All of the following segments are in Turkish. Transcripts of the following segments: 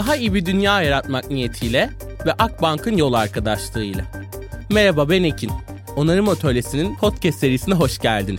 Daha iyi bir dünya yaratmak niyetiyle ve Akbank'ın yol arkadaşlığıyla. Merhaba, ben Ekin. Onarım Atölyesi'nin podcast serisine hoş geldiniz.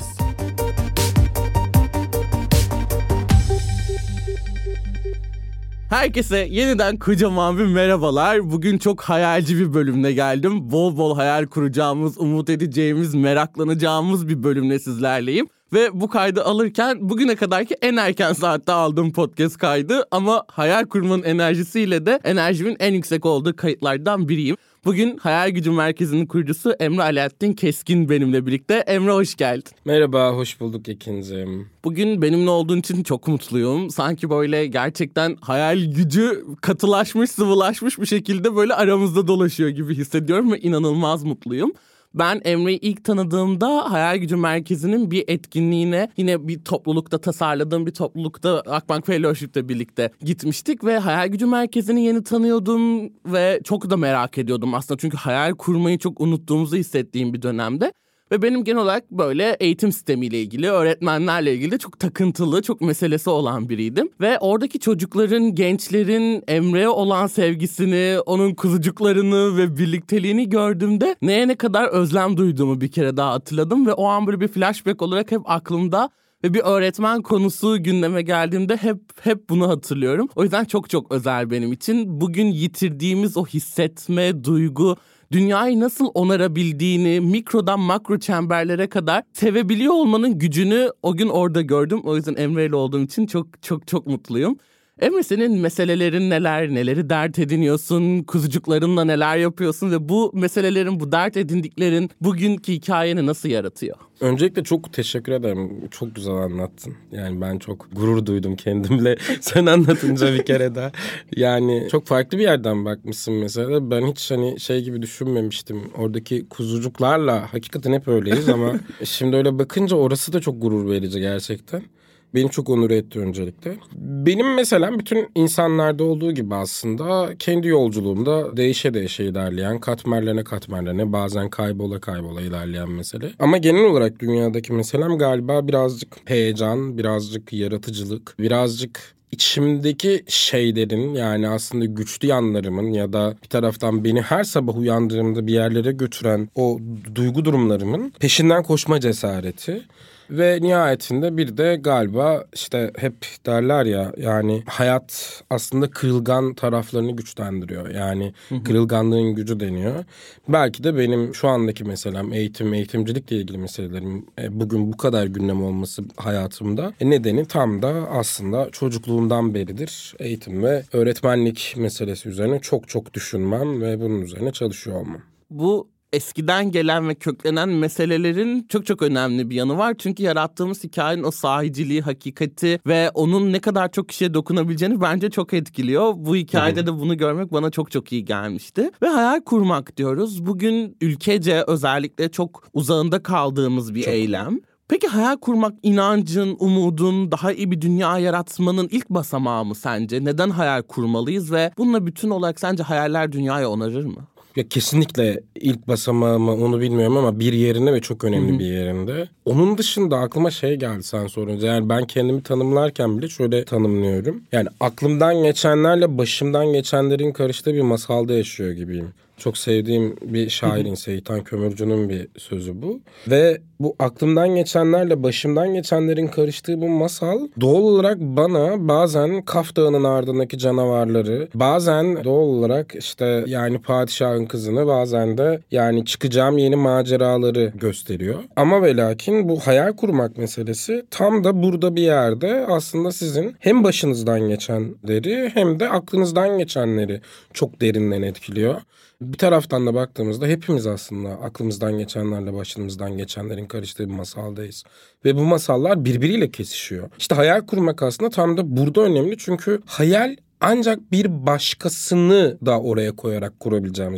Herkese yeniden kocaman bir merhabalar. Bugün çok hayalci bir bölümle geldim. Bol bol hayal kuracağımız, umut edeceğimiz, meraklanacağımız bir bölümle sizlerleyim. Ve bu kaydı alırken bugüne kadarki en erken saatte aldığım podcast kaydı. Ama hayal kurmanın enerjisiyle de enerjimin en yüksek olduğu kayıtlardan biriyim. Bugün Hayal Gücü Merkezi'nin kurucusu Emre Alaaddin Keskin benimle birlikte. Emre, hoş geldin. Merhaba, hoş bulduk Ekin'cim. Bugün benimle olduğun için çok mutluyum. Sanki böyle gerçekten hayal gücü katılaşmış, sıvılaşmış bir şekilde böyle aramızda dolaşıyor gibi hissediyorum ve inanılmaz mutluyum. Ben Emre'yi ilk tanıdığımda Hayal Gücü Merkezi'nin bir etkinliğine, yine bir toplulukta, tasarladığım bir toplulukta Akbank Fellowship'le birlikte gitmiştik ve Hayal Gücü Merkezi'ni yeni tanıyordum ve çok da merak ediyordum aslında, çünkü hayal kurmayı çok unuttuğumuzu hissettiğim bir dönemde. Ve benim genel olarak böyle eğitim sistemiyle ilgili, öğretmenlerle ilgili de çok takıntılı, çok meselesi olan biriydim. Ve oradaki çocukların, gençlerin Emre'ye olan sevgisini, onun kuzucuklarını ve birlikteliğini gördüğümde neye ne kadar özlem duyduğumu bir kere daha hatırladım. Ve o an böyle bir flashback olarak hep aklımda ve bir öğretmen konusu gündeme geldiğinde hep bunu hatırlıyorum. O yüzden çok çok özel benim için. Bugün yitirdiğimiz o hissetme, duygu, dünyayı nasıl onarabildiğini, mikrodan makro çemberlere kadar sevebiliyor olmanın gücünü o gün orada gördüm. O yüzden Emre ile olduğum için çok mutluyum. Emre, senin meselelerin neler, neleri dert ediniyorsun, kuzucuklarınla neler yapıyorsun ve bu meselelerin, bu dert edindiklerin bugünkü hikayeni nasıl yaratıyor? Öncelikle çok teşekkür ederim. Çok güzel anlattın. Yani ben çok gurur duydum kendimle sen anlatınca bir kere daha. Yani çok farklı bir yerden bakmışsın mesela. Ben hiç şey gibi düşünmemiştim. Oradaki kuzucuklarla hakikaten hep öyleyiz ama şimdi öyle bakınca orası da çok gurur verici gerçekten. Beni çok onur etti öncelikle. Benim mesela bütün insanlarda olduğu gibi aslında kendi yolculuğumda değişe ilerleyen, katmerlerine bazen kaybola ilerleyen mesele. Ama genel olarak dünyadaki meselem galiba birazcık heyecan, birazcık yaratıcılık, birazcık İçimdeki şeylerin, yani aslında güçlü yanlarımın ya da bir taraftan beni her sabah uyandığımda bir yerlere götüren o duygu durumlarımın peşinden koşma cesareti. Ve nihayetinde bir de galiba işte hep derler ya, yani hayat aslında kırılgan taraflarını güçlendiriyor. Yani kırılganlığın gücü deniyor. Belki de benim şu andaki meselem eğitimcilikle ilgili meselelerim bugün bu kadar gündem olması hayatımda. Nedeni tam da aslında çocukluğumdan beridir eğitim ve öğretmenlik meselesi üzerine çok düşünmem ve bunun üzerine çalışıyor olmam. Bu eskiden gelen ve köklenen meselelerin çok önemli bir yanı var. Çünkü yarattığımız hikayenin o sahiciliği, hakikati ve onun ne kadar çok kişiye dokunabileceğini bence çok etkiliyor. Bu hikayede de bunu görmek bana çok iyi gelmişti. Ve hayal kurmak diyoruz. Bugün ülkece özellikle çok uzağında kaldığımız bir eylem. Peki hayal kurmak inancın, umudun, daha iyi bir dünya yaratmanın ilk basamağı mı sence? Neden hayal kurmalıyız ve bununla bütün olarak sence hayaller dünyayı onarır mı? Ya kesinlikle ilk basamağı mı onu bilmiyorum ama bir yerinde ve çok önemli bir yerinde. Onun dışında aklıma şey geldi sen sorunca. Yani ben kendimi tanımlarken bile şöyle tanımlıyorum. Yani aklımdan geçenlerle başımdan geçenlerin karıştığı bir masalda yaşıyor gibiyim. Çok sevdiğim bir şairin, Seyitan Kömürcü'nün bir sözü bu. Ve bu aklımdan geçenlerle başımdan geçenlerin karıştığı bu masal doğal olarak bana bazen Kaf Dağı'nın ardındaki canavarları, bazen doğal olarak işte yani padişahın kızını, bazen de yani çıkacağım yeni maceraları gösteriyor. Ama ve lakin bu hayal kurmak meselesi tam da burada bir yerde aslında sizin hem başınızdan geçenleri hem de aklınızdan geçenleri çok derinden etkiliyor. Bir taraftan da baktığımızda hepimiz aslında aklımızdan geçenlerle başımızdan geçenlerin karıştığı bir masaldayız. Ve bu masallar birbiriyle kesişiyor. İşte hayal kurmak aslında tam da burada önemli. Çünkü hayal ancak bir başkasını da oraya koyarak kurabileceğimiz bir şey.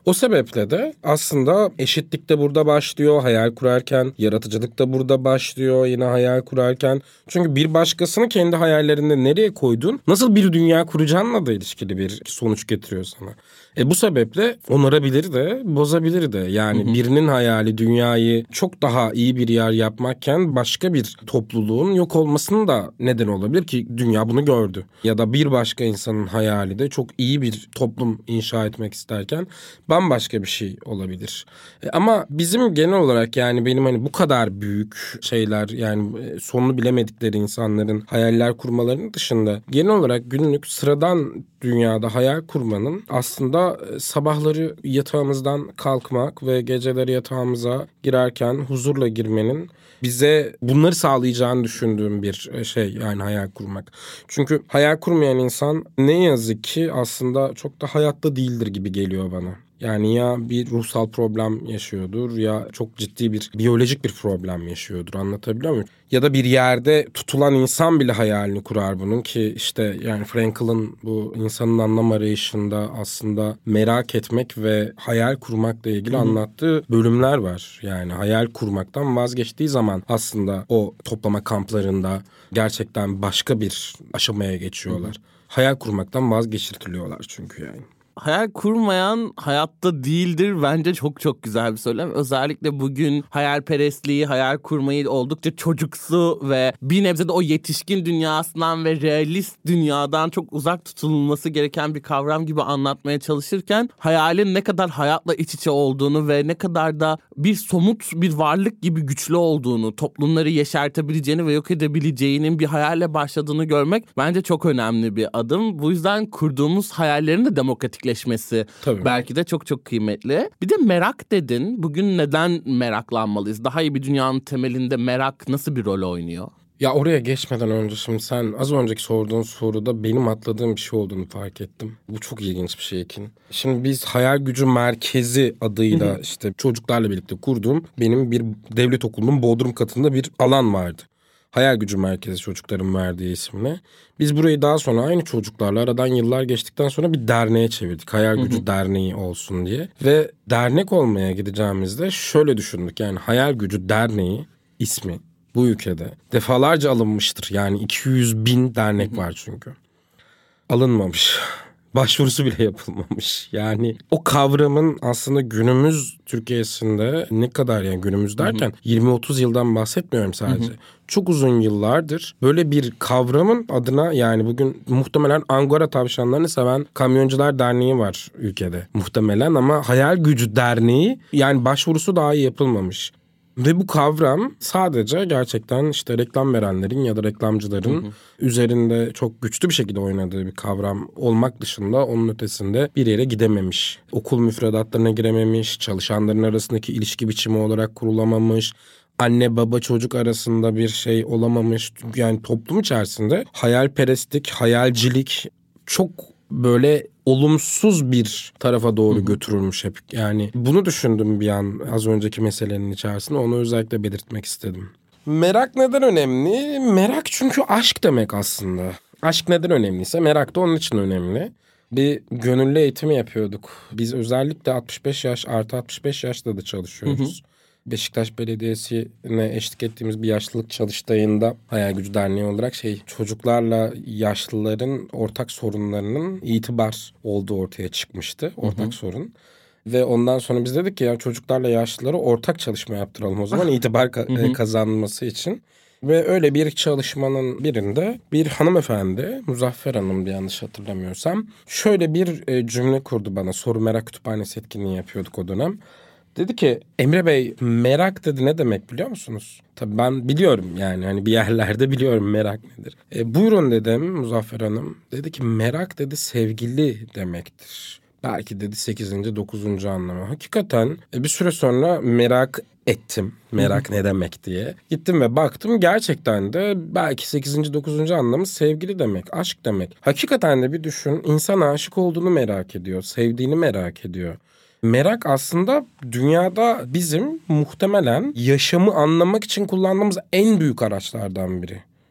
O sebeple de aslında eşitlik de burada başlıyor hayal kurarken, yaratıcılık da burada başlıyor yine hayal kurarken. Çünkü bir başkasını kendi hayallerinde nereye koydun, nasıl bir dünya kuracağınla da ilişkili bir sonuç getiriyor sana. Bu sebeple onarabilir de, bozabilir de. Yani birinin hayali dünyayı çok daha iyi bir yer yapmakken başka bir topluluğun yok olmasının da neden olabilir ki dünya bunu gördü. Ya da bir başka insanın hayali de çok iyi bir toplum inşa etmek isterken bambaşka bir şey olabilir. Ama bizim genel olarak yani benim hani bu kadar büyük şeyler yani sonunu bilemedikleri insanların hayaller kurmalarının dışında genel olarak günlük sıradan dünyada hayal kurmanın aslında sabahları yatağımızdan kalkmak ve geceleri yatağımıza girerken huzurla girmenin bize bunları sağlayacağını düşündüğüm bir şey yani hayal kurmak. Çünkü hayal kurmayan insan ne yazık ki aslında çok da hayatta değildir gibi geliyor bana. Yani ya bir ruhsal problem yaşıyordur ya çok ciddi bir biyolojik bir problem yaşıyordur, anlatabiliyor muyum? Ya da bir yerde tutulan insan bile hayalini kurar bunun ki işte yani Frankl'ın bu insanın anlam arayışında aslında merak etmek ve hayal kurmakla ilgili anlattığı bölümler var. Yani hayal kurmaktan vazgeçtiği zaman aslında o toplama kamplarında gerçekten başka bir aşamaya geçiyorlar. Hayal kurmaktan vazgeçirtiliyorlar çünkü yani. Hayal kurmayan hayatta değildir bence çok güzel bir söylem. Özellikle bugün hayalperestliği, hayal kurmayı oldukça çocuksu ve bir nebze de o yetişkin dünyasından ve realist dünyadan çok uzak tutulması gereken bir kavram gibi anlatmaya çalışırken hayalin ne kadar hayatla iç içe olduğunu ve ne kadar da bir somut bir varlık gibi güçlü olduğunu, toplumları yeşertebileceğini ve yok edebileceğinin bir hayalle başladığını görmek bence çok önemli bir adım. Bu yüzden kurduğumuz hayallerin de demokratikleşmesi belki de çok kıymetli. Bir de merak dedin. Bugün neden meraklanmalıyız? Daha iyi bir dünyanın temelinde merak nasıl bir rol oynuyor? Ya oraya geçmeden önce şimdi sen az önceki sorduğun soruda benim atladığım bir şey olduğunu fark ettim. Bu çok ilginç bir şey Ekin. Şimdi biz Hayal Gücü Merkezi adıyla işte çocuklarla birlikte kurduğum benim bir devlet okulunun bodrum katında bir alan vardı. Hayal Gücü Merkezi çocukların verdiği isimle. Biz burayı daha sonra aynı çocuklarla aradan yıllar geçtikten sonra bir derneğe çevirdik. Hayal Gücü Derneği olsun diye. Ve dernek olmaya gideceğimizde şöyle düşündük. Yani Hayal Gücü Derneği ismi bu ülkede defalarca alınmıştır. Yani 200.000 dernek var çünkü. Alınmamış. Başvurusu bile yapılmamış. Yani o kavramın aslında günümüz Türkiye'sinde ne kadar yani günümüz derken 20-30 yıldan bahsetmiyorum sadece. Çok uzun yıllardır böyle bir kavramın adına yani bugün muhtemelen Angora tavşanlarını seven kamyoncular derneği var ülkede. Muhtemelen ama Hayal Gücü Derneği yani başvurusu daha iyi yapılmamış. Ve bu kavram sadece gerçekten işte reklam verenlerin ya da reklamcıların üzerinde çok güçlü bir şekilde oynadığı bir kavram olmak dışında onun ötesinde bir yere gidememiş. Okul müfredatlarına girememiş, çalışanların arasındaki ilişki biçimi olarak kurulamamış, anne baba çocuk arasında bir şey olamamış. Yani toplum içerisinde hayalperestlik, hayalcilik çok böyle olumsuz bir tarafa doğru götürülmüş hep. Yani bunu düşündüm bir an az önceki meselenin içerisinde. Onu özellikle belirtmek istedim. Merak neden önemli? Merak çünkü aşk demek aslında. Aşk neden önemliyse merak da onun için önemli. Bir gönüllü eğitimi yapıyorduk. Biz özellikle 65 yaş artı 65 yaşta da çalışıyoruz. Beşiktaş Belediyesi'ne eşlik ettiğimiz bir yaşlılık çalıştayında Hayal Gücü Derneği olarak çocuklarla yaşlıların ortak sorunlarının itibar olduğu ortaya çıkmıştı. Ortak sorun. Ve ondan sonra biz dedik ki ya çocuklarla yaşlılara ortak çalışma yaptıralım o zaman itibar kazanması için. Ve öyle bir çalışmanın birinde bir hanımefendi, Muzaffer Hanım yanlış hatırlamıyorsam, şöyle bir cümle kurdu bana. Soru Merak Kütüphanesi etkinliği yapıyorduk o dönem. Dedi ki Emre Bey merak dedi ne demek biliyor musunuz? Tabii ben biliyorum yani hani bir yerlerde biliyorum merak nedir. Buyurun dedim Muzaffer Hanım. Dedi ki merak dedi sevgili demektir. Belki dedi 8. 9. anlamı. Hakikaten bir süre sonra merak ettim. Merak ne demek diye. Gittim ve baktım gerçekten de belki 8. 9. anlamı sevgili demek, aşk demek. Hakikaten de bir düşün insan aşık olduğunu merak ediyor, sevdiğini merak ediyor. Merak aslında dünyada bizim muhtemelen yaşamı anlamak için kullandığımız en büyük araçlardan biri.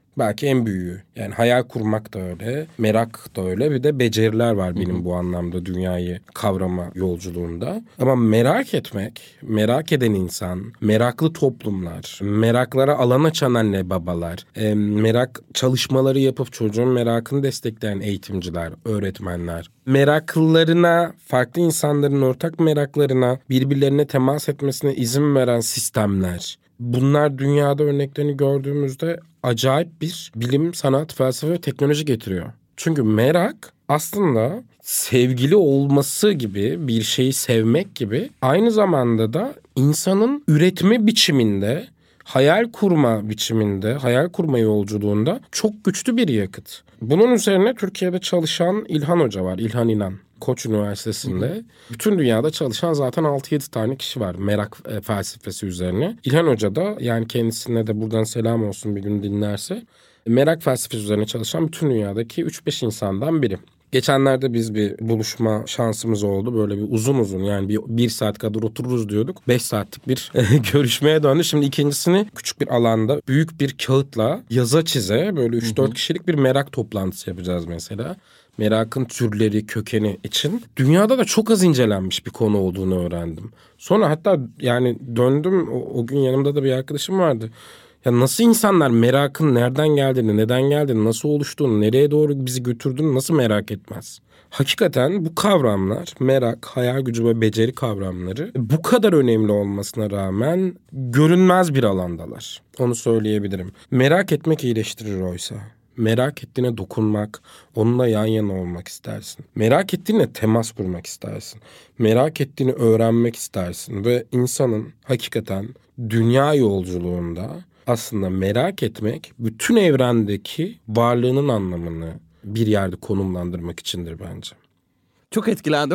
Belki en büyüğü. Yani hayal kurmak da öyle, merak da öyle. Bir de beceriler var benim bu anlamda dünyayı kavrama yolculuğunda. Ama merak etmek, merak eden insan, meraklı toplumlar, meraklara alan açan anne babalar, merak çalışmaları yapıp çocuğun merakını destekleyen eğitimciler, öğretmenler, meraklılarına, farklı insanların ortak meraklarına, birbirlerine temas etmesine izin veren sistemler. Bunlar dünyada örneklerini gördüğümüzde acayip bir bilim, sanat, felsefe ve teknoloji getiriyor. Çünkü merak aslında sevgili olması gibi, bir şeyi sevmek gibi, aynı zamanda da insanın üretme biçiminde, hayal kurma biçiminde, hayal kurma yolculuğunda çok güçlü bir yakıt. Bunun üzerine Türkiye'de çalışan İlhan Hoca var, İlhan İnan. Koç Üniversitesi'nde. Bütün dünyada çalışan zaten 6-7 tane kişi var merak felsefesi üzerine. İlhan Hoca da, yani kendisine de buradan selam olsun, bir gün dinlerse, merak felsefesi üzerine çalışan bütün dünyadaki 3-5 insandan biri. Geçenlerde biz bir buluşma şansımız oldu. Böyle bir uzun yani bir saat kadar otururuz diyorduk. 5 saatlik bir görüşmeye döndü. Şimdi ikincisini küçük bir alanda büyük bir kağıtla yaza çize böyle 3-4 kişilik bir merak toplantısı yapacağız mesela. Merakın türleri, kökeni için. Dünyada da çok az incelenmiş bir konu olduğunu öğrendim. Sonra hatta yani döndüm, o gün yanımda da bir arkadaşım vardı. Ya nasıl insanlar merakın nereden geldiğini, neden geldiğini, nasıl oluştuğunu, nereye doğru bizi götürdüğünü nasıl merak etmez? Hakikaten bu kavramlar, merak, hayal gücü ve beceri kavramları bu kadar önemli olmasına rağmen görünmez bir alandalar. Onu söyleyebilirim. Merak etmek iyileştirir oysa. Merak ettiğine dokunmak, onunla yan yana olmak istersin. Merak ettiğine temas kurmak istersin. Merak ettiğini öğrenmek istersin. Ve insanın hakikaten dünya yolculuğunda aslında merak etmek bütün evrendeki varlığının anlamını bir yerde konumlandırmak içindir bence. Çok etkilendim.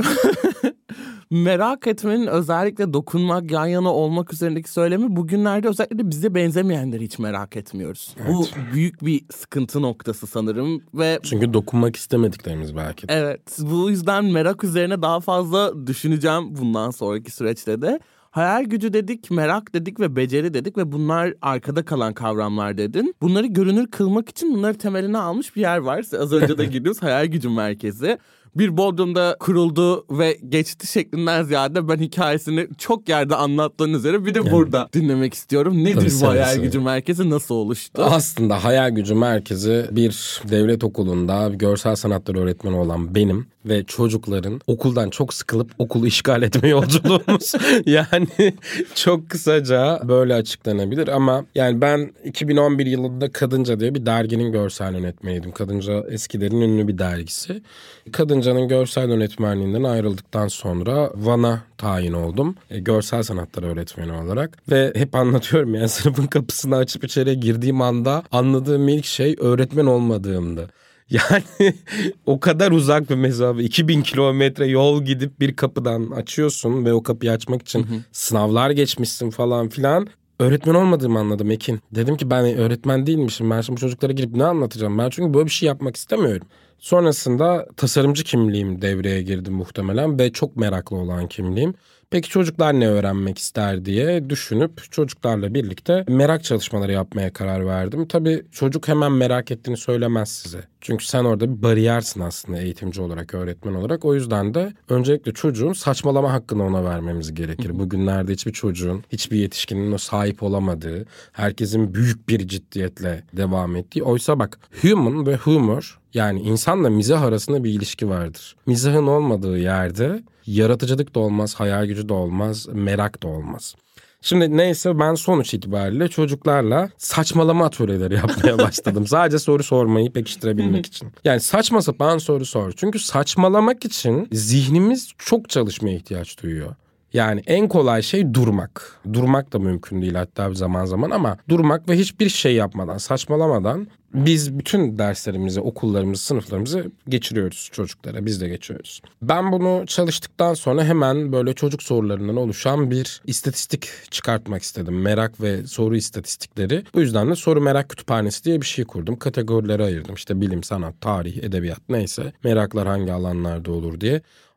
Merak etmenin özellikle dokunmak, yan yana olmak üzerindeki söylemi bugünlerde özellikle de bize benzemeyenleri hiç merak etmiyoruz. Evet. Bu büyük bir sıkıntı noktası sanırım ve çünkü dokunmak istemediklerimiz belki de. Evet, bu yüzden merak üzerine daha fazla düşüneceğim bundan sonraki süreçte de. Hayal gücü dedik, merak dedik ve beceri dedik ve bunlar arkada kalan kavramlar dedin. Bunları görünür kılmak için bunları temeline almış bir yer var. Az önce de girdiğimiz hayal gücü merkezi. Bir Bodrum'da kuruldu ve geçti şeklinden ziyade ben hikayesini çok yerde anlattığın üzere bir de burada dinlemek istiyorum. Nedir bu hayal gücü merkezi, nasıl oluştu? Aslında hayal gücü merkezi bir devlet okulunda bir görsel sanatlar öğretmeni olan benim ve çocukların okuldan çok sıkılıp okulu işgal etme yolculuğumuz. Yani çok kısaca böyle açıklanabilir ama yani ben 2011 yılında Kadınca diye bir derginin görsel yönetmeniydim. Kadınca eskilerin ünlü bir dergisi. Kadınca'nın görsel yönetmenliğinden ayrıldıktan sonra Van'a tayin oldum. Görsel sanatlar öğretmeni olarak. Ve hep anlatıyorum yani sınıfın kapısını açıp içeriye girdiğim anda anladığım ilk şey öğretmen olmadığımdı. Yani o kadar uzak bir mesafe, 2000 kilometre yol gidip bir kapıdan açıyorsun ve o kapıyı açmak için sınavlar geçmişsin falan filan. Öğretmen olmadığımı anladım Ekin. Dedim ki ben öğretmen değilmişim. Ben şimdi bu çocuklara girip ne anlatacağım? Ben çünkü böyle bir şey yapmak istemiyorum. Sonrasında tasarımcı kimliğim devreye girdi muhtemelen ve çok meraklı olan kimliğim. Peki çocuklar ne öğrenmek ister diye düşünüp çocuklarla birlikte merak çalışmaları yapmaya karar verdim. Tabii çocuk hemen merak ettiğini söylemez size. Çünkü sen orada bir bariyersin aslında eğitimci olarak, öğretmen olarak. O yüzden de öncelikle çocuğun saçmalama hakkını ona vermemiz gerekir. Bugünlerde hiçbir çocuğun, hiçbir yetişkinin o sahip olamadığı, herkesin büyük bir ciddiyetle devam ettiği. Oysa bak, human ve humor, yani insanla mizah arasında bir ilişki vardır. Mizahın olmadığı yerde yaratıcılık da olmaz, hayal gücü de olmaz, merak da olmaz. Şimdi neyse ben sonuç itibariyle çocuklarla saçmalama atölyeleri yapmaya başladım. Sadece soru sormayı pekiştirebilmek için. Yani saçma sapan soru sor. Çünkü saçmalamak için zihnimiz çok çalışmaya ihtiyaç duyuyor. Yani en kolay şey durmak. Durmak da mümkün değil hatta zaman zaman ama durmak ve hiçbir şey yapmadan, saçmalamadan biz bütün derslerimizi, okullarımızı, sınıflarımızı geçiriyoruz çocuklara. Biz de geçiyoruz. Ben bunu çalıştıktan sonra hemen böyle çocuk sorularından oluşan bir istatistik çıkartmak istedim. Merak ve soru istatistikleri. Bu yüzden de soru merak kütüphanesi diye bir şey kurdum. Kategorilere ayırdım. İşte bilim, sanat, tarih, edebiyat neyse. Meraklar hangi alanlarda olur diye.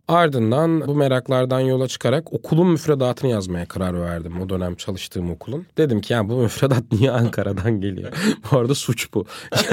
Ardından bu meraklardan yola çıkarak okulun müfredatını yazmaya karar verdim. O dönem çalıştığım okulun. Dedim ki ya bu müfredat niye Ankara'dan geliyor? Bu arada suç bu.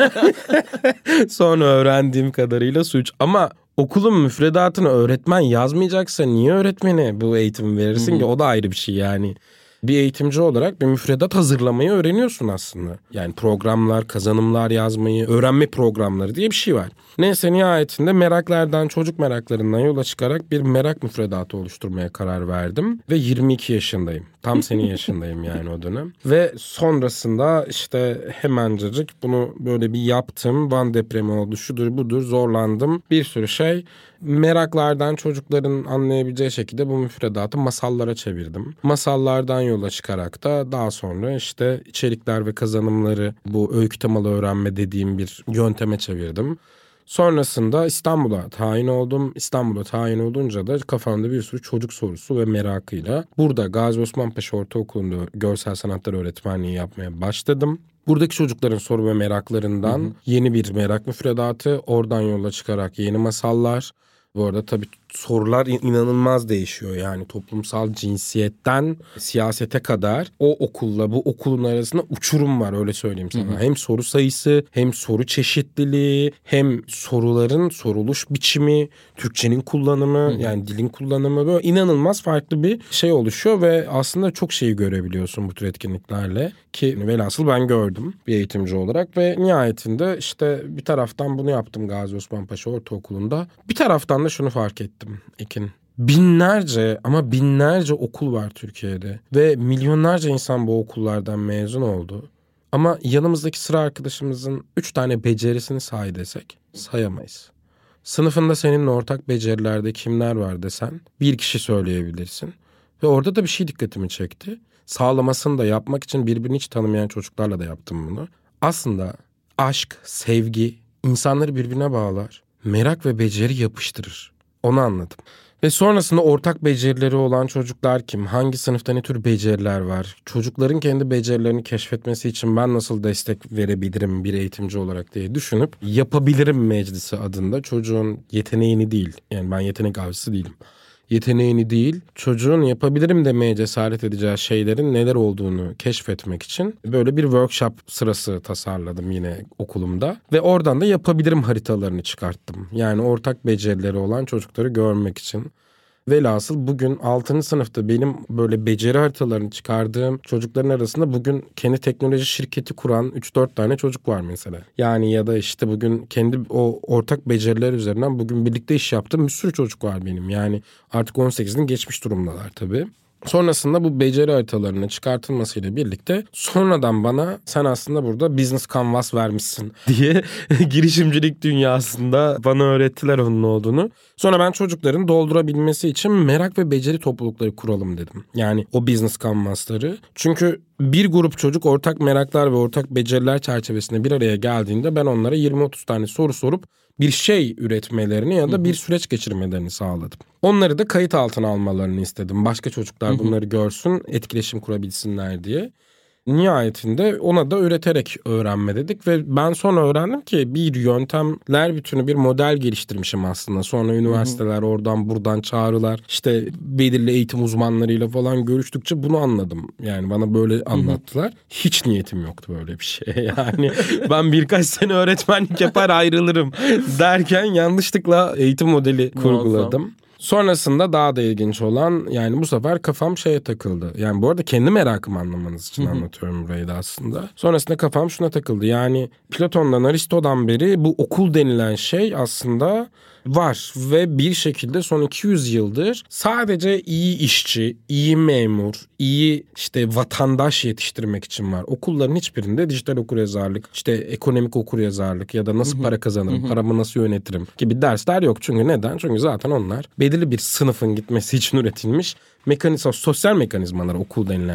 Sonra öğrendiğim kadarıyla suç. Ama okulun müfredatını öğretmen yazmayacaksa niye öğretmene bu eğitimi verirsin ki? O da ayrı bir şey yani. Bir eğitimci olarak bir müfredat hazırlamayı öğreniyorsun aslında. Yani programlar, kazanımlar yazmayı, öğrenme programları diye bir şey var. Neyse nihayetinde meraklardan, çocuk meraklarından yola çıkarak bir merak müfredatı oluşturmaya karar verdim. Ve 22 yaşındayım. Tam senin yaşındayım yani o dönem. Ve sonrasında işte hemencecik bunu böyle bir yaptım. Van depremi oldu, şudur budur, zorlandım. Bir sürü şey. Meraklardan çocukların anlayabileceği şekilde bu müfredatı masallara çevirdim. Masallardan yola çıkarak da daha sonra işte içerikler ve kazanımları bu öykü temalı öğrenme dediğim bir yönteme çevirdim. Sonrasında İstanbul'a tayin oldum. İstanbul'a tayin olunca da kafamda bir sürü çocuk sorusu ve merakıyla burada Gazi Osman Paşa Ortaokulu'nda görsel sanatlar öğretmenliği yapmaya başladım. Buradaki çocukların soru ve meraklarından yeni bir merak müfredatı, oradan yola çıkarak yeni masallar. Bu arada tabii sorular inanılmaz değişiyor. Yani toplumsal cinsiyetten siyasete kadar o okulla bu okulun arasında uçurum var, öyle söyleyeyim sana. Hem soru sayısı, hem soru çeşitliliği, hem soruların soruluş biçimi, Türkçenin kullanımı, yani dilin kullanımı, böyle inanılmaz farklı bir şey oluşuyor ve aslında çok şeyi görebiliyorsun bu tür etkinliklerle ki velhasıl ben gördüm bir eğitimci olarak ve nihayetinde işte bir taraftan bunu yaptım Gazi Osman Paşa Ortaokulu'nda. Bir taraftan da şunu fark ettim Ekin. Binlerce ama binlerce okul var Türkiye'de ve milyonlarca insan bu okullardan mezun oldu. Ama yanımızdaki sıra arkadaşımızın 3 tane becerisini say desek sayamayız. Sınıfında seninle ortak becerilerde kimler var desen bir kişi söyleyebilirsin. Ve orada da bir şey dikkatimi çekti. Sağlamasını da yapmak için birbirini hiç tanımayan çocuklarla da yaptım bunu. Aslında aşk, sevgi insanları birbirine bağlar. Merak ve beceri yapıştırır. Onu anladım. Ve sonrasında ortak becerileri olan çocuklar kim? Hangi sınıfta ne tür beceriler var? Çocukların kendi becerilerini keşfetmesi için ben nasıl destek verebilirim bir eğitimci olarak diye düşünüp Yapabilirim Meclisi adında çocuğun yeteneğini değil, yani ben yetenek avcısı değilim. Yeteneğini değil, çocuğun yapabilirim demeye cesaret edeceği şeylerin neler olduğunu keşfetmek için böyle bir workshop sırası tasarladım yine okulumda. Ve oradan da yapabilirim haritalarını çıkarttım. Yani ortak becerileri olan çocukları görmek için. Velhasıl bugün 6. sınıfta benim böyle beceri haritalarını çıkardığım çocukların arasında bugün kendi teknoloji şirketi kuran 3-4 tane çocuk var mesela. Yani ya da işte bugün kendi o ortak beceriler üzerinden bugün birlikte iş yaptığım bir sürü çocuk var benim. Yani artık 18'ini geçmiş durumdalar tabii. Sonrasında bu beceri haritalarının çıkartılmasıyla birlikte sonradan bana sen aslında burada business canvas vermişsin diye girişimcilik dünyasında bana öğrettiler onun olduğunu. Sonra ben çocukların doldurabilmesi için merak ve beceri toplulukları kuralım dedim. Yani o business canvasları. Çünkü bir grup çocuk ortak meraklar ve ortak beceriler çerçevesinde bir araya geldiğinde ben onlara 20-30 tane soru sorup bir şey üretmelerini ya da bir süreç geçirmelerini sağladım. Onları da kayıt altına almalarını istedim. Başka çocuklar bunları görsün, etkileşim kurabilsinler diye. Nihayetinde ona da üreterek öğrenme dedik ve ben sonra öğrendim ki bir yöntemler bütünü, bir model geliştirmişim aslında. Sonra üniversiteler oradan buradan çağrılar, işte belirli eğitim uzmanlarıyla falan görüştükçe bunu anladım. Yani bana böyle anlattılar. Hiç niyetim yoktu böyle bir şey. Yani ben birkaç sene öğretmenlik yapar ayrılırım derken yanlışlıkla eğitim modeli kurguladım. Sonrasında daha da ilginç olan, yani bu sefer kafam şeye takıldı. Yani bu arada kendi merakımı anlamanız için anlatıyorum burayı da aslında. Sonrasında kafam şuna takıldı. Yani Platon'dan Aristo'dan beri bu okul denilen şey aslında var. Ve bir şekilde son 200 yıldır sadece iyi işçi, iyi memur, iyi işte vatandaş yetiştirmek için var. Okulların hiçbirinde dijital okuryazarlık, işte ekonomik okuryazarlık ya da nasıl para kazanırım, paramı nasıl yönetirim gibi dersler yok. Çünkü neden? Çünkü zaten onlar belirli bir sınıfın gitmesi için üretilmiş sosyal mekanizmalar okul denilen şey.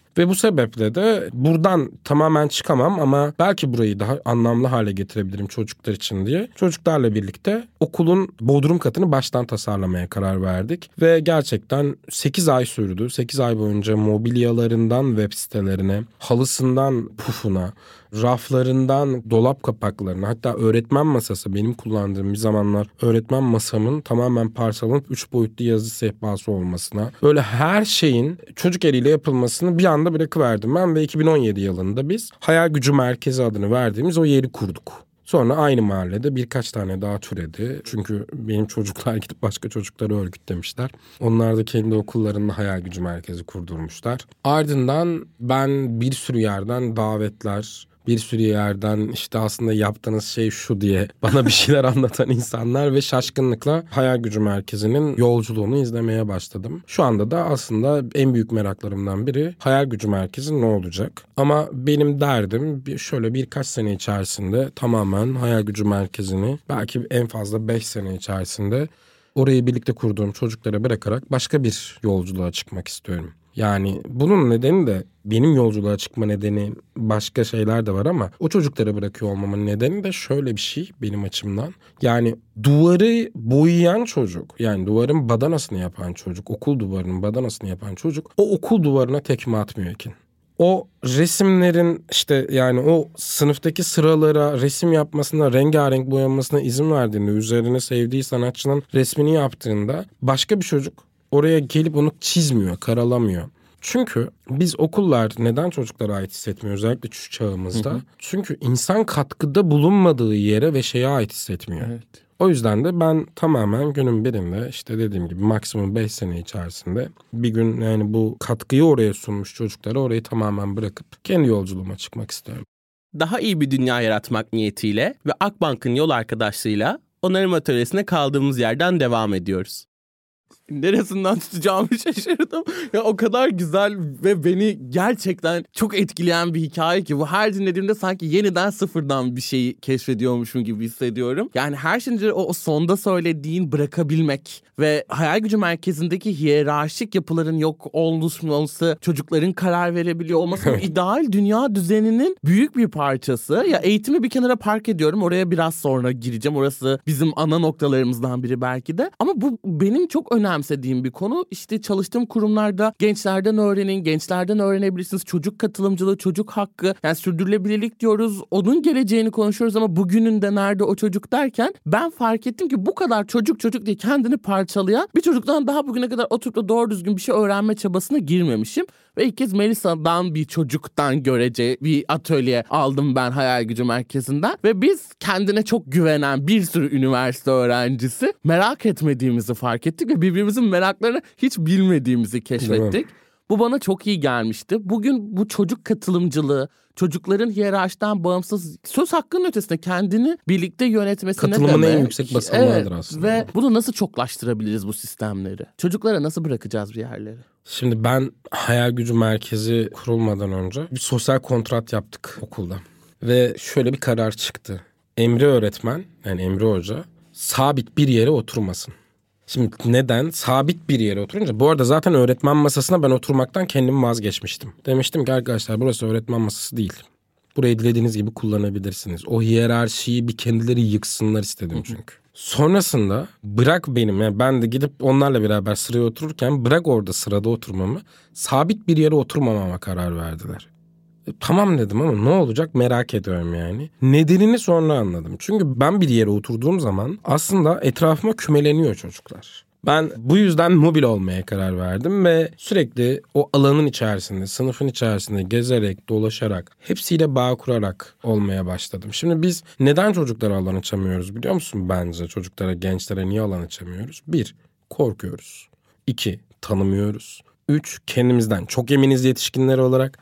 Ve bu sebeple de buradan tamamen çıkamam ama belki burayı daha anlamlı hale getirebilirim çocuklar için diye. Çocuklarla birlikte okulun bodrum katını baştan tasarlamaya karar verdik. Ve gerçekten 8 ay sürdü. 8 ay boyunca mobilyalarından web sitelerine, halısından pufuna, raflarından dolap kapaklarına, hatta öğretmen masası, benim kullandığım bir zamanlar öğretmen masamın tamamen parçalanıp 3 boyutlu yazı sehpası olmasına, böyle her şeyin çocuk eliyle yapılmasını bir anda bırakıverdim ben ve 2017 yılında biz Hayal Gücü Merkezi adını verdiğimiz o yeri kurduk. Sonra aynı mahallede birkaç tane daha türedi. Çünkü benim çocuklar gidip başka çocukları örgütlemişler. Onlar da kendi okullarında hayal gücü merkezi kurdurmuşlar. Ardından ben bir sürü yerden davetler, bir sürü yerden işte aslında yaptığınız şey şu diye bana bir şeyler anlatan insanlar ve şaşkınlıkla Hayal Gücü Merkezi'nin yolculuğunu izlemeye başladım. Şu anda da aslında en büyük meraklarımdan biri Hayal Gücü Merkezi ne olacak? Ama benim derdim şöyle birkaç sene içerisinde tamamen Hayal Gücü Merkezi'ni, belki en fazla 5 sene içerisinde orayı birlikte kurduğum çocuklara bırakarak başka bir yolculuğa çıkmak istiyorum. Yani bunun nedeni de, benim yolculuğa çıkma nedeni başka şeyler de var ama o çocuklara bırakıyor olmamın nedeni de şöyle bir şey benim açımdan. Yani duvarı boyayan çocuk, yani duvarın badanasını yapan çocuk, okul duvarının badanasını yapan çocuk o okul duvarına tekme atmıyor ki. O resimlerin işte yani o sınıftaki sıralara resim yapmasına, rengarenk boyanmasına izin verdiğinde, üzerine sevdiği sanatçının resmini yaptığında başka bir çocuk oraya gelip onu çizmiyor, karalamıyor. Çünkü biz okullar neden çocuklara ait hissetmiyor özellikle şu çağımızda? Hı hı. Çünkü insan katkıda bulunmadığı yere ve şeye ait hissetmiyor. Evet. O yüzden de ben tamamen günün birinde işte dediğim gibi maksimum 5 sene içerisinde bir gün yani bu katkıyı oraya sunmuş çocuklara orayı tamamen bırakıp kendi yolculuğuma çıkmak istiyorum. Daha iyi bir dünya yaratmak niyetiyle ve Akbank'ın yol arkadaşlığıyla onarım atölyesine kaldığımız yerden devam ediyoruz. Neresinden tutacağımı şaşırdım. Ya o kadar güzel ve beni gerçekten çok etkileyen bir hikaye ki bu, her dinlediğimde sanki yeniden sıfırdan bir şeyi keşfediyormuşum gibi hissediyorum. Yani her şeyden o sonda söylediğin bırakabilmek ve hayal gücü merkezindeki hiyerarşik yapıların yok olması, çocukların karar verebiliyor olması, ideal dünya düzeninin büyük bir parçası. Ya eğitimi bir kenara park ediyorum. Oraya biraz sonra gireceğim. Orası bizim ana noktalarımızdan biri belki de. Ama bu benim çok önemsediğim bir konu. İşte çalıştığım kurumlarda gençlerden öğrenin, gençlerden öğrenebilirsiniz. Çocuk katılımcılığı, çocuk hakkı, yani sürdürülebilirlik diyoruz. Onun geleceğini konuşuyoruz ama bugünün de nerede o çocuk derken ben fark ettim ki bu kadar çocuk diye kendini parçalayan bir çocuktan daha bugüne kadar oturup da doğru düzgün bir şey öğrenme çabasına girmemişim. Ve ilk kez Melisa'dan bir çocuktan görece bir atölye aldım ben Hayal Gücü Merkezi'nden. Ve biz kendine çok güvenen bir sürü üniversite öğrencisi merak etmediğimizi fark ettik ve birbirimizin meraklarını hiç bilmediğimizi keşfettik. Bu bana çok iyi gelmişti. Bugün bu çocuk katılımcılığı, çocukların hiyerarşiden bağımsız söz hakkının ötesinde kendini birlikte yönetmesine katılımın en yüksek basamağıdır aslında. Ve bunu nasıl çoklaştırabiliriz bu sistemleri? Çocuklara nasıl bırakacağız bir yerleri? Şimdi ben Hayal Gücü Merkezi kurulmadan önce bir sosyal kontrat yaptık okulda. Ve şöyle bir karar çıktı. Emre öğretmen, yani Emre Hoca sabit bir yere oturmasın. Şimdi neden? Sabit bir yere oturunca, bu arada zaten öğretmen masasına ben oturmaktan kendimi vazgeçmiştim. Demiştim ki arkadaşlar burası öğretmen masası değil. Burayı dilediğiniz gibi kullanabilirsiniz. O hiyerarşiyi bir kendileri yıksınlar istedim çünkü. Sonrasında bırak benim, yani ben de gidip onlarla beraber sıraya otururken bırak orada sırada oturmamı, sabit bir yere oturmamama karar verdiler. Tamam dedim ama ne olacak merak ediyorum yani. Nedenini sonra anladım. Çünkü ben bir yere oturduğum zaman aslında etrafıma kümeleniyor çocuklar. Ben bu yüzden mobil olmaya karar verdim ve sürekli o alanın içerisinde, sınıfın içerisinde gezerek, dolaşarak, hepsiyle bağ kurarak olmaya başladım. Şimdi biz neden çocuklara alan açamıyoruz biliyor musun bence? Çocuklara, gençlere niye alan açamıyoruz? 1. Korkuyoruz. 2. Tanımıyoruz. 3. Kendimizden çok eminiz yetişkinler olarak.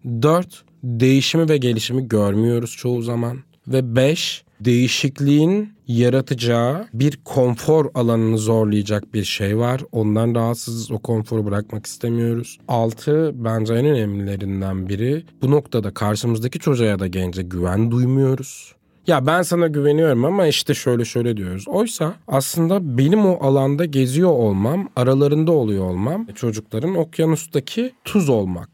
4. Değişimi ve gelişimi görmüyoruz çoğu zaman. Ve 5. Değişikliğin yaratacağı bir konfor alanını zorlayacak bir şey var. Ondan rahatsızız, o konforu bırakmak istemiyoruz. 6. Bence en önemlilerinden biri, bu noktada karşımızdaki çocuğa ya da gence güven duymuyoruz. Ya ben sana güveniyorum ama işte şöyle diyoruz. Oysa aslında benim o alanda geziyor olmam, aralarında oluyor olmam, çocukların okyanustaki tuz olmak.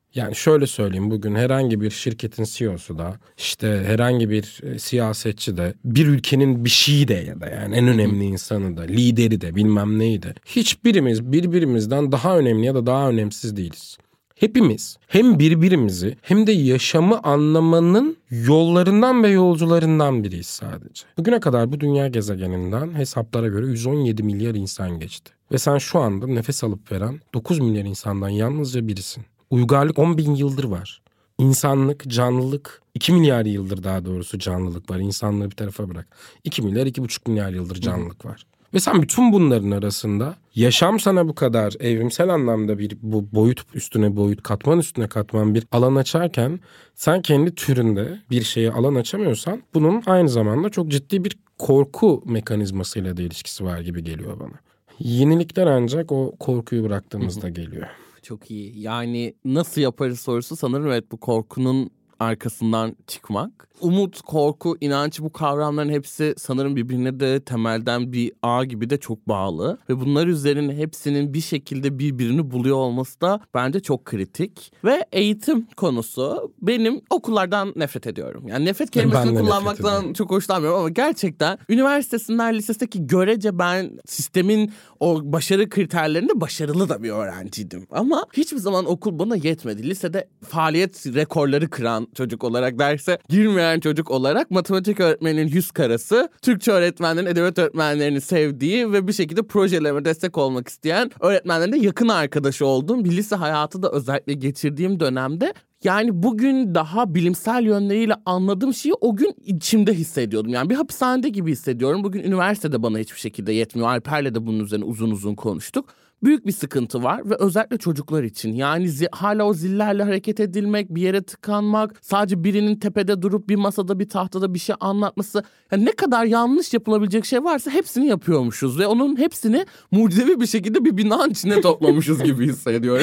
Yani şöyle söyleyeyim, bugün herhangi bir şirketin CEO'su da işte herhangi bir siyasetçi de bir ülkenin bir şeyi de ya da yani en önemli insanı da lideri de bilmem neyi de hiçbirimiz birbirimizden daha önemli ya da daha önemsiz değiliz. Hepimiz hem birbirimizi hem de yaşamı anlamanın yollarından ve yolcularından biriyiz sadece. Bugüne kadar bu dünya gezegeninden hesaplara göre 117 milyar insan geçti. Ve sen şu anda nefes alıp veren 9 milyar insandan yalnızca birisin. Uygarlık 10 bin yıldır var. İnsanlık, canlılık 2 milyar yıldır daha doğrusu canlılık var. İnsanlığı bir tarafa bırak. 2 milyar, 2,5 milyar yıldır canlılık var. Ve sen bütün bunların arasında yaşam sana bu kadar evrimsel anlamda bir bu boyut üstüne boyut, katman üstüne katman bir alan açarken sen kendi türünde bir şeye alan açamıyorsan bunun aynı zamanda çok ciddi bir korku mekanizmasıyla da ilişkisi var gibi geliyor bana. Yenilikler ancak o korkuyu bıraktığımızda geliyor. Çok iyi. Yani nasıl yaparız sorusu sanırım evet bu korkunun arkasından çıkmak. Umut, korku, inanç bu kavramların hepsi sanırım birbirine de temelden bir ağ gibi de çok bağlı. Ve bunlar üzerine hepsinin bir şekilde birbirini buluyor olması da bence çok kritik. Ve eğitim konusu benim okullardan nefret ediyorum. Yani nefret kelimesini kullanmaktan çok hoşlanmıyorum ama gerçekten üniversitesinden lisesindeki görece ben sistemin o başarı kriterlerinde başarılı da bir öğrenciydim. Ama hiçbir zaman okul bana yetmedi. Lisede faaliyet rekorları kıran çocuk olarak derse girmeyen çocuk olarak matematik öğretmeninin 100 karası, Türkçe öğretmenlerin, edebiyat öğretmenlerini sevdiği ve bir şekilde projelerime destek olmak isteyen öğretmenlerin de yakın arkadaşı olduğum bir lise hayatı da özellikle geçirdiğim dönemde yani bugün daha bilimsel yönleriyle anladığım şeyi o gün içimde hissediyordum. Yani bir hapishanede gibi hissediyorum. Bugün üniversitede bana hiçbir şekilde yetmiyor. Alper'le de bunun üzerine uzun uzun konuştuk. Büyük bir sıkıntı var ve özellikle çocuklar için. Yani hala o zillerle hareket edilmek, bir yere tıkanmak, sadece birinin tepede durup bir masada bir tahtada bir şey anlatması. Yani ne kadar yanlış yapılabilecek şey varsa hepsini yapıyormuşuz ve onun hepsini mucizevi bir şekilde bir binanın içine toplamışız gibi hissediyorum.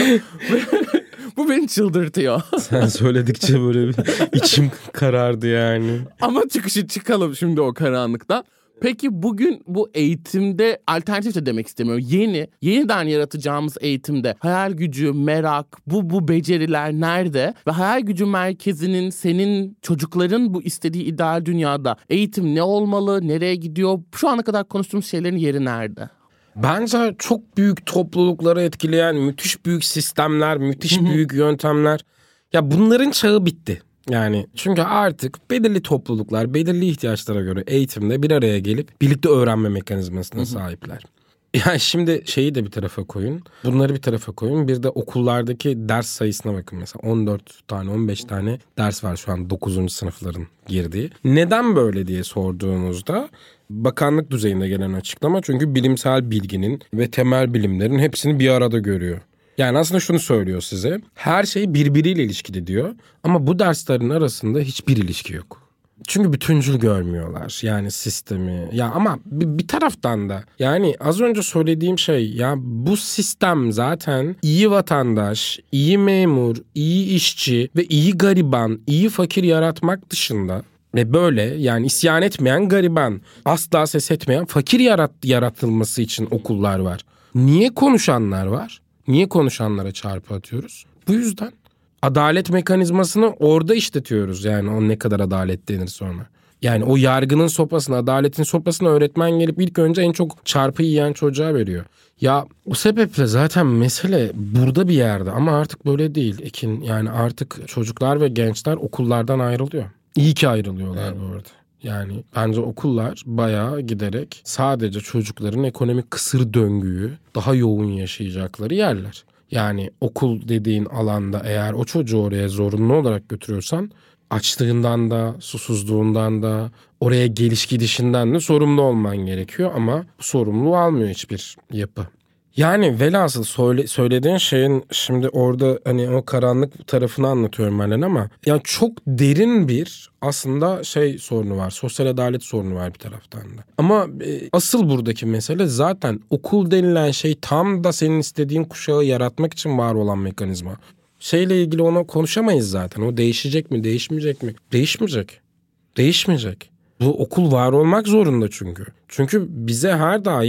Bu beni çıldırtıyor. Sen söyledikçe böyle bir içim karardı yani. Ama çıkalım şimdi o karanlıktan. Peki bugün bu eğitimde alternatif de demek istemiyorum. Yeniden yaratacağımız eğitimde hayal gücü, merak, bu beceriler nerede? Ve hayal gücü merkezinin senin çocukların bu istediği ideal dünyada eğitim ne olmalı, nereye gidiyor? Şu ana kadar konuştuğumuz şeylerin yeri nerede? Bence çok büyük toplulukları etkileyen müthiş büyük sistemler, müthiş büyük yöntemler. Ya bunların çağı bitti. Yani çünkü artık belirli topluluklar belirli ihtiyaçlara göre eğitimde bir araya gelip birlikte öğrenme mekanizmasına sahipler. Yani şimdi şeyi de bir tarafa koyun. Bunları bir tarafa koyun. Bir de okullardaki ders sayısına bakın mesela. 14 tane 15 tane ders var şu an 9. sınıfların girdiği. Neden böyle diye sorduğunuzda bakanlık düzeyinde gelen açıklama çünkü bilimsel bilginin ve temel bilimlerin hepsini bir arada görüyor. Yani aslında şunu söylüyor size. Her şey birbiriyle ilişkili diyor. Ama bu derslerin arasında hiçbir ilişki yok. Çünkü bütüncül görmüyorlar yani sistemi. Ya ama bir taraftan da yani az önce söylediğim şey ya bu sistem zaten iyi vatandaş, iyi memur, iyi işçi ve iyi gariban, iyi fakir yaratmak dışında ve böyle yani isyan etmeyen gariban, asla ses etmeyen fakir yaratılması için okullar var. Niye konuşanlar var? Niye konuşanlara çarpı atıyoruz? Bu yüzden. Adalet mekanizmasını orada işletiyoruz yani o ne kadar adalet denir sonra. Yani o yargının sopasını, adaletin sopasını öğretmen gelip ilk önce en çok çarpı yiyen çocuğa veriyor. Ya o sebeple zaten mesele burada bir yerde ama artık böyle değil Ekin. Yani artık çocuklar ve gençler okullardan ayrılıyor. İyi ki ayrılıyorlar bu arada. Yani bence okullar bayağı giderek sadece çocukların ekonomik kısır döngüyü daha yoğun yaşayacakları yerler. Yani okul dediğin alanda eğer o çocuğu oraya zorunlu olarak götürüyorsan açlığından da susuzluğundan da oraya geliş gidişinden de sorumlu olman gerekiyor ama bu sorumluluğu almıyor hiçbir yapı. Yani velhasıl söylediğin şeyin şimdi orada hani o karanlık tarafını anlatıyorum ben ama ya çok derin bir aslında sorunu var. Sosyal adalet sorunu var bir taraftan da. Ama asıl buradaki mesele zaten okul denilen şey tam da senin istediğin kuşağı yaratmak için var olan mekanizma. Şeyle ilgili ona konuşamayız zaten. O değişecek mi, değişmeyecek mi? Değişmeyecek. Bu okul var olmak zorunda çünkü. Çünkü bize her daim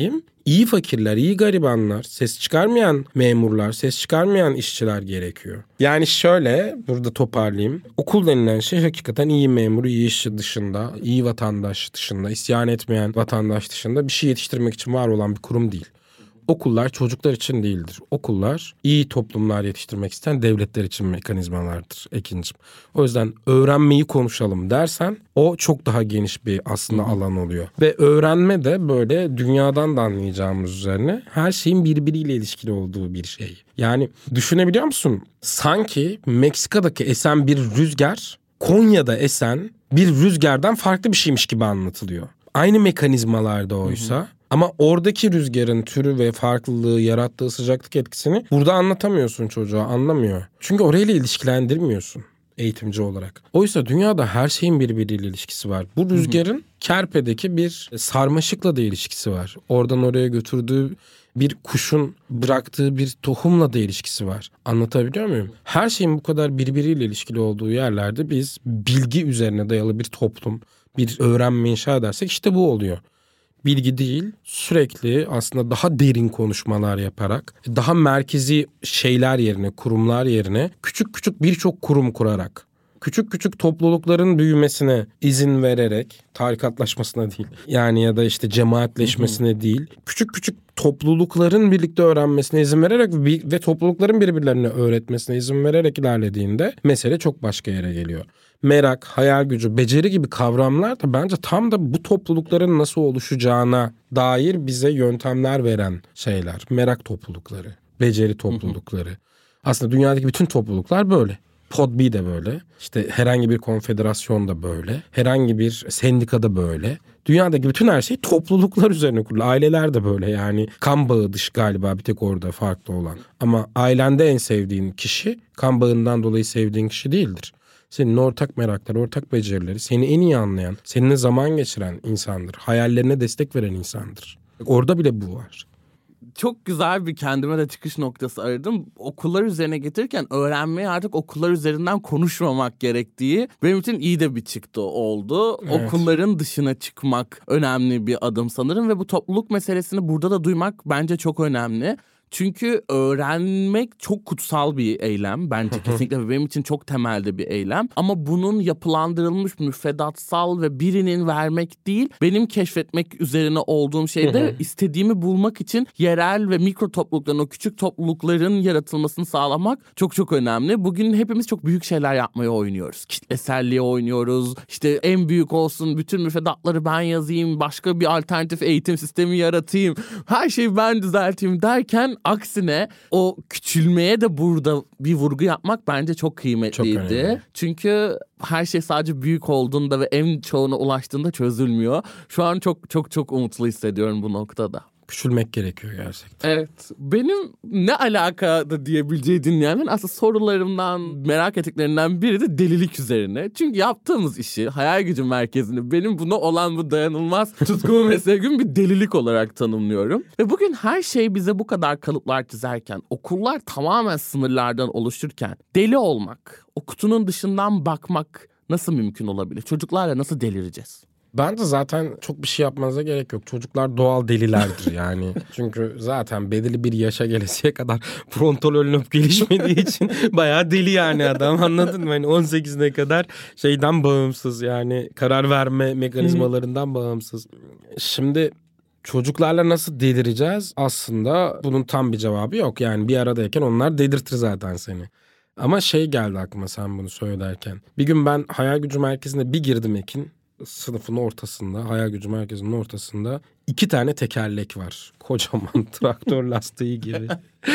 İyi fakirler, iyi garibanlar, ses çıkarmayan memurlar, ses çıkarmayan işçiler gerekiyor. Yani şöyle, burada toparlayayım. Okul denilen şey hakikaten iyi memur, iyi işçi dışında, iyi vatandaş dışında, isyan etmeyen vatandaş dışında bir şey yetiştirmek için var olan bir kurum değil. Okullar çocuklar için değildir. Okullar iyi toplumlar yetiştirmek isteyen devletler için mekanizmalardır Ekincim. O yüzden öğrenmeyi konuşalım dersen o çok daha geniş bir aslında alan oluyor. Ve öğrenme de böyle dünyadan da anlayacağımız üzerine her şeyin birbiriyle ilişkili olduğu bir şey. Yani düşünebiliyor musun? Sanki Meksika'daki esen bir rüzgar Konya'da esen bir rüzgardan farklı bir şeymiş gibi anlatılıyor. Aynı mekanizmalarda oysa... Ama oradaki rüzgarın türü ve farklılığı, yarattığı sıcaklık etkisini burada anlatamıyorsun çocuğa, anlamıyor. Çünkü orayla ilişkilendirmiyorsun eğitimci olarak. Oysa dünyada her şeyin birbiriyle ilişkisi var. Bu rüzgarın kerpedeki bir sarmaşıkla da ilişkisi var. Oradan oraya götürdüğü bir kuşun bıraktığı bir tohumla da ilişkisi var. Anlatabiliyor muyum? Her şeyin bu kadar birbiriyle ilişkili olduğu yerlerde biz bilgi üzerine dayalı bir toplum, bir öğrenme inşa edersek işte bu oluyor. Bilgi değil, sürekli aslında daha derin konuşmalar yaparak, daha merkezi şeyler yerine, kurumlar yerine küçük küçük birçok kurum kurarak, küçük küçük toplulukların büyümesine izin vererek, tarikatlaşmasına değil yani ya da işte cemaatleşmesine değil, küçük küçük toplulukların birlikte öğrenmesine izin vererek ve toplulukların birbirlerine öğretmesine izin vererek ilerlediğinde mesele çok başka yere geliyor. Merak, hayal gücü, beceri gibi kavramlar da bence tam da bu toplulukların nasıl oluşacağına dair bize yöntemler veren şeyler. Merak toplulukları, beceri toplulukları. Aslında dünyadaki bütün topluluklar böyle. PODB de böyle. İşte herhangi bir konfederasyon da böyle. Herhangi bir sendikada böyle. Dünyadaki bütün her şey topluluklar üzerine kurulu. Aileler de böyle yani. Kan bağı dışı galiba bir tek orada farklı olan. Ama ailende en sevdiğin kişi kan bağından dolayı sevdiğin kişi değildir. Senin ortak merakları, ortak becerileri, seni en iyi anlayan, seninle zaman geçiren insandır. Hayallerine destek veren insandır. Orada bile bu var. Çok güzel bir kendime de çıkış noktası aradım. Okullar üzerine getirirken öğrenmeyi artık okullar üzerinden konuşmamak gerektiği benim için iyi de bir çıktı oldu. Evet. Okulların dışına çıkmak önemli bir adım sanırım ve bu topluluk meselesini burada da duymak bence çok önemli. Çünkü öğrenmek çok kutsal bir eylem bence kesinlikle ve benim için çok temelde bir eylem. Ama bunun yapılandırılmış müfredatsal ve birinin vermek değil, benim keşfetmek üzerine olduğum şeyde istediğimi bulmak için yerel ve mikro toplulukların, o küçük toplulukların yaratılmasını sağlamak çok çok önemli. Bugün hepimiz çok büyük şeyler yapmaya oynuyoruz. Kitleselliğe oynuyoruz. İşte en büyük olsun, bütün müfredatları ben yazayım, başka bir alternatif eğitim sistemi yaratayım, her şeyi ben düzelteyim derken aksine o küçülmeye de burada bir vurgu yapmak bence çok kıymetliydi. Çok çünkü her şey sadece büyük olduğunda ve en çoğuna ulaştığında çözülmüyor. Şu an çok çok çok umutlu hissediyorum bu noktada. Küçülmek gerekiyor gerçekten. Evet. Benim ne alaka da diyebileceği dinleyenlerin aslında sorularımdan, merak ettiklerinden biri de delilik üzerine. Çünkü yaptığımız işi, hayal gücü merkezini benim buna olan bu dayanılmaz tutkumu ve sevgimi bir delilik olarak tanımlıyorum. Ve bugün her şey bize bu kadar kalıplar çizerken, okullar tamamen sınırlardan oluşurken deli olmak, o kutunun dışından bakmak nasıl mümkün olabilir? Çocuklarla nasıl delireceğiz? Bence zaten çok bir şey yapmanıza gerek yok. Çocuklar doğal delilerdir yani. Çünkü zaten belirli bir yaşa gelesiye kadar frontal lob gelişmediği için bayağı deli yani adam, anladın mı? Yani 18'ine kadar şeyden bağımsız, yani karar verme mekanizmalarından bağımsız. Şimdi çocuklarla nasıl delireceğiz? Aslında bunun tam bir cevabı yok. Yani bir aradayken onlar delirtir zaten seni. Ama şey geldi aklıma sen bunu söylerken. Bir gün ben hayal gücü merkezine bir girdim Ekin. Sınıfın ortasında, hayal gücü merkezinin ortasında 2 tane tekerlek var. Kocaman traktör lastiği gibi.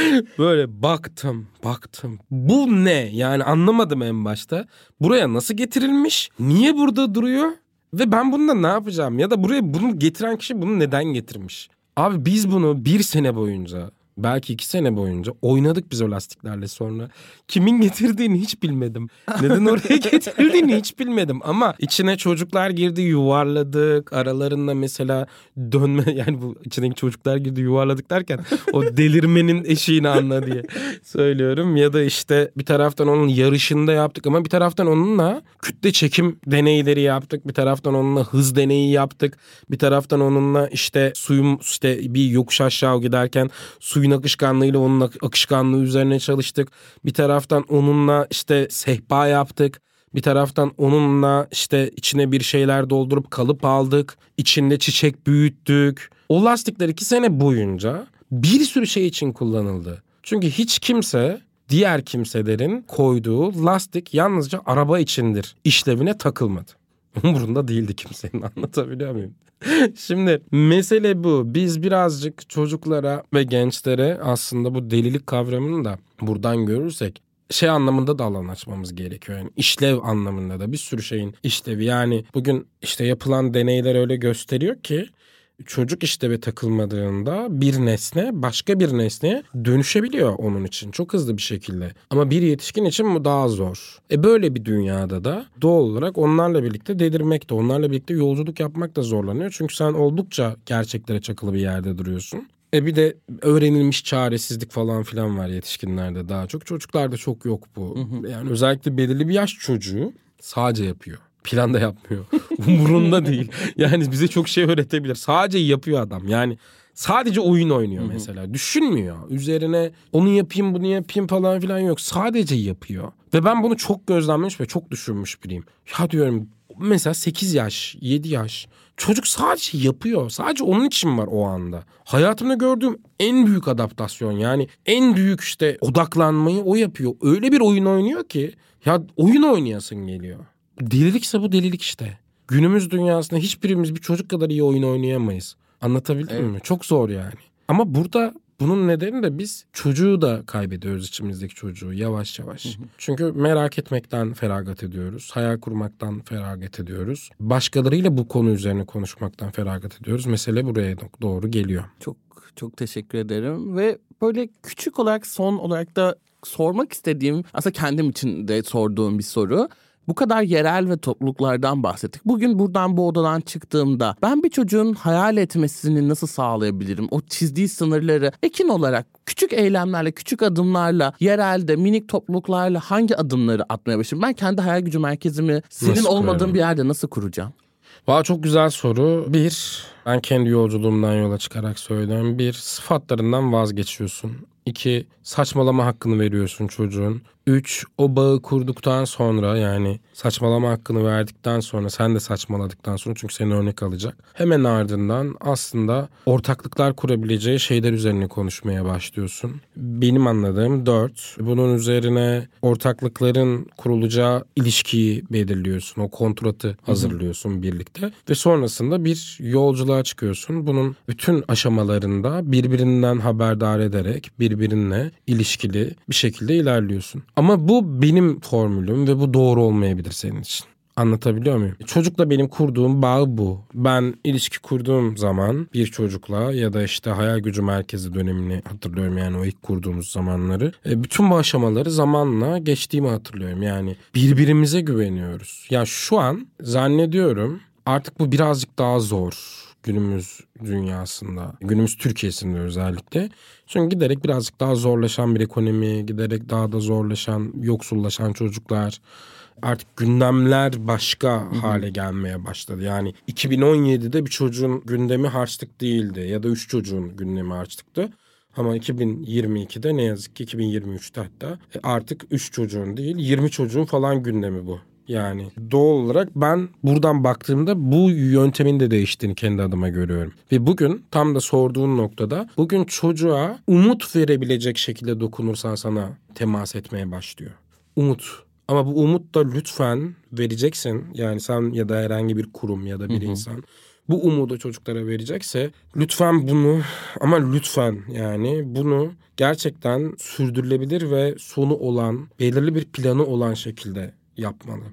Böyle baktım. Bu ne? Yani anlamadım en başta. Buraya nasıl getirilmiş? Niye burada duruyor? Ve ben bununla ne yapacağım? Ya da buraya bunu getiren kişi bunu neden getirmiş? Abi biz bunu 1 sene boyunca Belki 2 sene boyunca oynadık biz o lastiklerle sonra. Kimin getirdiğini hiç bilmedim. Neden oraya getirildiğini hiç bilmedim. Ama içine çocuklar girdi, yuvarladık. Aralarında mesela dönme, yani bu içindeki çocuklar girdi yuvarladık derken o delirmenin eşiğini anla diye söylüyorum. Ya da işte bir taraftan onun yarışında yaptık ama bir taraftan onunla kütle çekim deneyleri yaptık. Bir taraftan onunla hız deneyi yaptık. Bir taraftan onunla işte suyun işte bir yokuş aşağı giderken suyun akışkanlığıyla onun akışkanlığı üzerine çalıştık. Bir taraftan onunla işte sehpa yaptık. Bir taraftan onunla işte içine bir şeyler doldurup kalıp aldık. İçinde çiçek büyüttük. O lastikler 2 sene boyunca bir sürü şey için kullanıldı. Çünkü hiç kimse diğer kimselerin koyduğu lastik yalnızca araba içindir işlevine takılmadı. Umurunda değildi kimsenin, anlatabiliyor muyum? Şimdi mesele bu. Biz birazcık çocuklara ve gençlere aslında bu delilik kavramını da buradan görürsek şey anlamında da alan açmamız gerekiyor. Yani işlev anlamında da bir sürü şeyin işlevi. Yani bugün işte yapılan deneyler öyle gösteriyor ki çocuk işleve takılmadığında bir nesne başka bir nesneye dönüşebiliyor onun için çok hızlı bir şekilde. Ama bir yetişkin için bu daha zor. Böyle bir dünyada da doğal olarak onlarla birlikte delirmek de, onlarla birlikte yolculuk yapmak da zorlanıyor. Çünkü sen oldukça gerçeklere çakılı bir yerde duruyorsun. Bir de öğrenilmiş çaresizlik falan filan var yetişkinlerde daha çok. Çocuklarda çok yok bu. Yani özellikle belirli bir yaş çocuğu sadece yapıyor. Plan da yapmıyor. Umurunda değil. Yani bize çok şey öğretebilir. Sadece yapıyor adam. Yani sadece oyun oynuyor mesela. Düşünmüyor. Üzerine onu yapayım bunu yapayım falan filan yok. Sadece yapıyor. Ve ben bunu çok gözlemlemiş ve çok düşünmüş biriyim. Ya diyorum mesela 8 yaş, 7 yaş. Çocuk sadece yapıyor. Sadece onun için var o anda. Hayatımda gördüğüm en büyük adaptasyon, yani en büyük işte odaklanmayı o yapıyor. Öyle bir oyun oynuyor ki ya oyun oynayasın geliyor. Delilikse bu delilik işte. Günümüz dünyasında hiçbirimiz bir çocuk kadar iyi oyun oynayamayız. Anlatabildim mi? Çok zor yani. Ama burada bunun nedeni de biz çocuğu da kaybediyoruz, içimizdeki çocuğu yavaş yavaş. Çünkü merak etmekten feragat ediyoruz. Hayal kurmaktan feragat ediyoruz. Başkalarıyla bu konu üzerine konuşmaktan feragat ediyoruz. Mesele buraya doğru geliyor. Çok çok teşekkür ederim ve böyle küçük olarak son olarak da sormak istediğim, aslında kendim için de sorduğum bir soru. Bu kadar yerel ve topluluklardan bahsettik. Bugün buradan, bu odadan çıktığımda ben bir çocuğun hayal etmesini nasıl sağlayabilirim? O çizdiği sınırları ekin olarak küçük eylemlerle, küçük adımlarla, yerelde, minik topluluklarla hangi adımları atmaya başlayayım? Ben kendi hayal gücü merkezimi senin olmadığın bir yerde nasıl kuracağım? Valla çok güzel soru. Ben kendi yolculuğumdan yola çıkarak söylüyorum. 1, sıfatlarından vazgeçiyorsun. 2, saçmalama hakkını veriyorsun çocuğun. 3, o bağı kurduktan sonra, yani saçmalama hakkını verdikten sonra, sen de saçmaladıktan sonra, çünkü seni örnek alacak. Hemen ardından aslında ortaklıklar kurabileceği şeyler üzerine konuşmaya başlıyorsun. Benim anladığım 4. Bunun üzerine ortaklıkların kurulacağı ilişkiyi belirliyorsun. O kontratı hazırlıyorsun birlikte. Ve sonrasında bir yolculuğa çıkıyorsun. Bunun bütün aşamalarında birbirinden haberdar ederek birbirine ilişkili bir şekilde ilerliyorsun. Ama bu benim formülüm ve bu doğru olmayabilir senin için. Anlatabiliyor muyum? Çocukla benim kurduğum bağ bu. Ben ilişki kurduğum zaman bir çocukla, ya da işte hayal gücü merkezi dönemini hatırlıyorum, yani o ilk kurduğumuz zamanları. Bütün bu aşamaları zamanla geçtiğimi hatırlıyorum. Yani birbirimize güveniyoruz. Ya şu an zannediyorum artık bu birazcık daha zor. Günümüz dünyasında, günümüz Türkiye'sinde özellikle. Çünkü giderek birazcık daha zorlaşan bir ekonomi, giderek daha da zorlaşan, yoksullaşan çocuklar. Artık gündemler başka hale gelmeye başladı. Yani 2017'de bir çocuğun gündemi harçlık değildi, ya da 3 çocuğun gündemi harçlıktı. Ama 2022'de, ne yazık ki 2023'te hatta artık 3 çocuğun değil 20 çocuğun falan gündemi bu. Yani doğal olarak ben buradan baktığımda bu yöntemin de değiştiğini kendi adıma görüyorum. Ve bugün tam da sorduğun noktada, bugün çocuğa umut verebilecek şekilde dokunursan sana temas etmeye başlıyor. Umut. Ama bu umut da lütfen vereceksin. Yani sen ya da herhangi bir kurum ya da bir insan bu umudu çocuklara verecekse lütfen bunu, ama lütfen yani bunu gerçekten sürdürülebilir ve sonu olan, belirli bir planı olan şekilde yapmalı.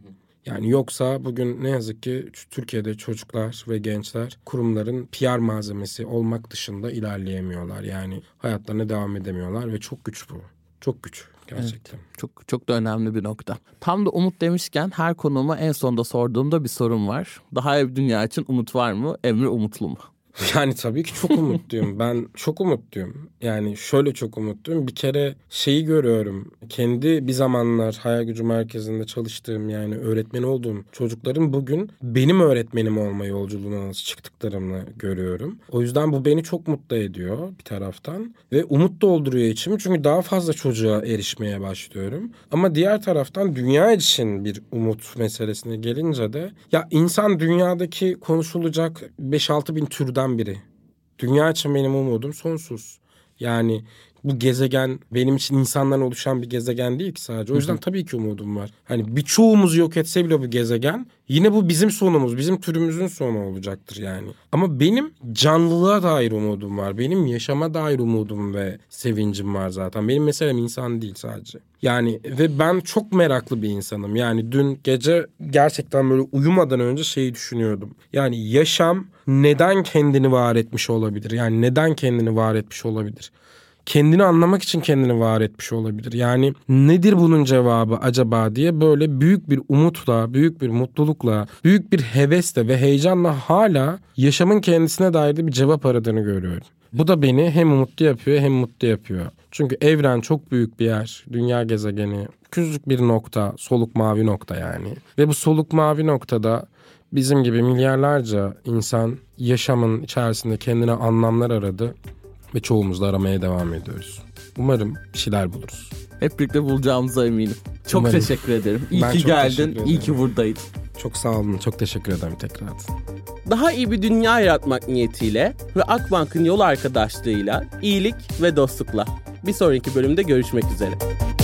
Yani yoksa bugün ne yazık ki Türkiye'de çocuklar ve gençler kurumların PR malzemesi olmak dışında ilerleyemiyorlar. Yani hayatlarına devam edemiyorlar ve çok güç bu. Çok güç gerçekten. Evet, çok çok da önemli bir nokta. Tam da umut demişken her konuğuma en sonda sorduğumda bir sorum var. Daha iyi bir dünya için umut var mı? Emre umutlu mu? Yani tabii ki çok umutluyum. Ben çok umutluyum. Yani şöyle çok umutluyum. Bir kere şeyi görüyorum. Kendi bir zamanlar hayal gücü merkezinde çalıştığım, yani öğretmeni olduğum çocukların bugün benim öğretmenim olma yolculuğuna nasıl çıktıklarını görüyorum. O yüzden bu beni çok mutlu ediyor bir taraftan. Ve umut dolduruyor içimi. Çünkü daha fazla çocuğa erişmeye başlıyorum. Ama diğer taraftan dünya için bir umut meselesine gelince de ya insan dünyadaki konuşulacak 5-6 bin türden biri. Dünya için benim umudum sonsuz. Yani bu gezegen benim için insandan oluşan bir gezegen değil ki sadece. O yüzden tabii ki umudum var. Hani birçoğumuzu yok etse bile bu gezegen, yine bu bizim sonumuz, bizim türümüzün sonu olacaktır yani. Ama benim canlılığa dair umudum var. Benim yaşama dair umudum ve sevincim var zaten. Benim meselem insan değil sadece. Yani ve ben çok meraklı bir insanım. Yani dün gece gerçekten böyle uyumadan önce şeyi düşünüyordum. Yani yaşam neden kendini var etmiş olabilir? Yani neden kendini var etmiş olabilir? Kendini anlamak için kendini var etmiş olabilir. Yani nedir bunun cevabı acaba diye böyle büyük bir umutla, büyük bir mutlulukla, büyük bir hevesle ve heyecanla hala yaşamın kendisine dair de bir cevap aradığını görüyorum. Bu da beni hem umutlu yapıyor hem mutlu yapıyor. Çünkü evren çok büyük bir yer. Dünya gezegeni küçücük bir nokta, soluk mavi nokta yani. Ve bu soluk mavi noktada bizim gibi milyarlarca insan yaşamın içerisinde kendine anlamlar aradı. Ve çoğumuz da aramaya devam ediyoruz. Umarım bir şeyler buluruz. Hep birlikte bulacağımıza eminim. Çok Umarım. Teşekkür ederim. İyi Ben ki çok geldin, iyi ki buradaydın. Çok sağ olun, çok teşekkür ederim tekrar. Daha iyi bir dünya yaratmak niyetiyle ve Akbank'ın yol arkadaşlığıyla iyilik ve dostlukla. Bir sonraki bölümde görüşmek üzere.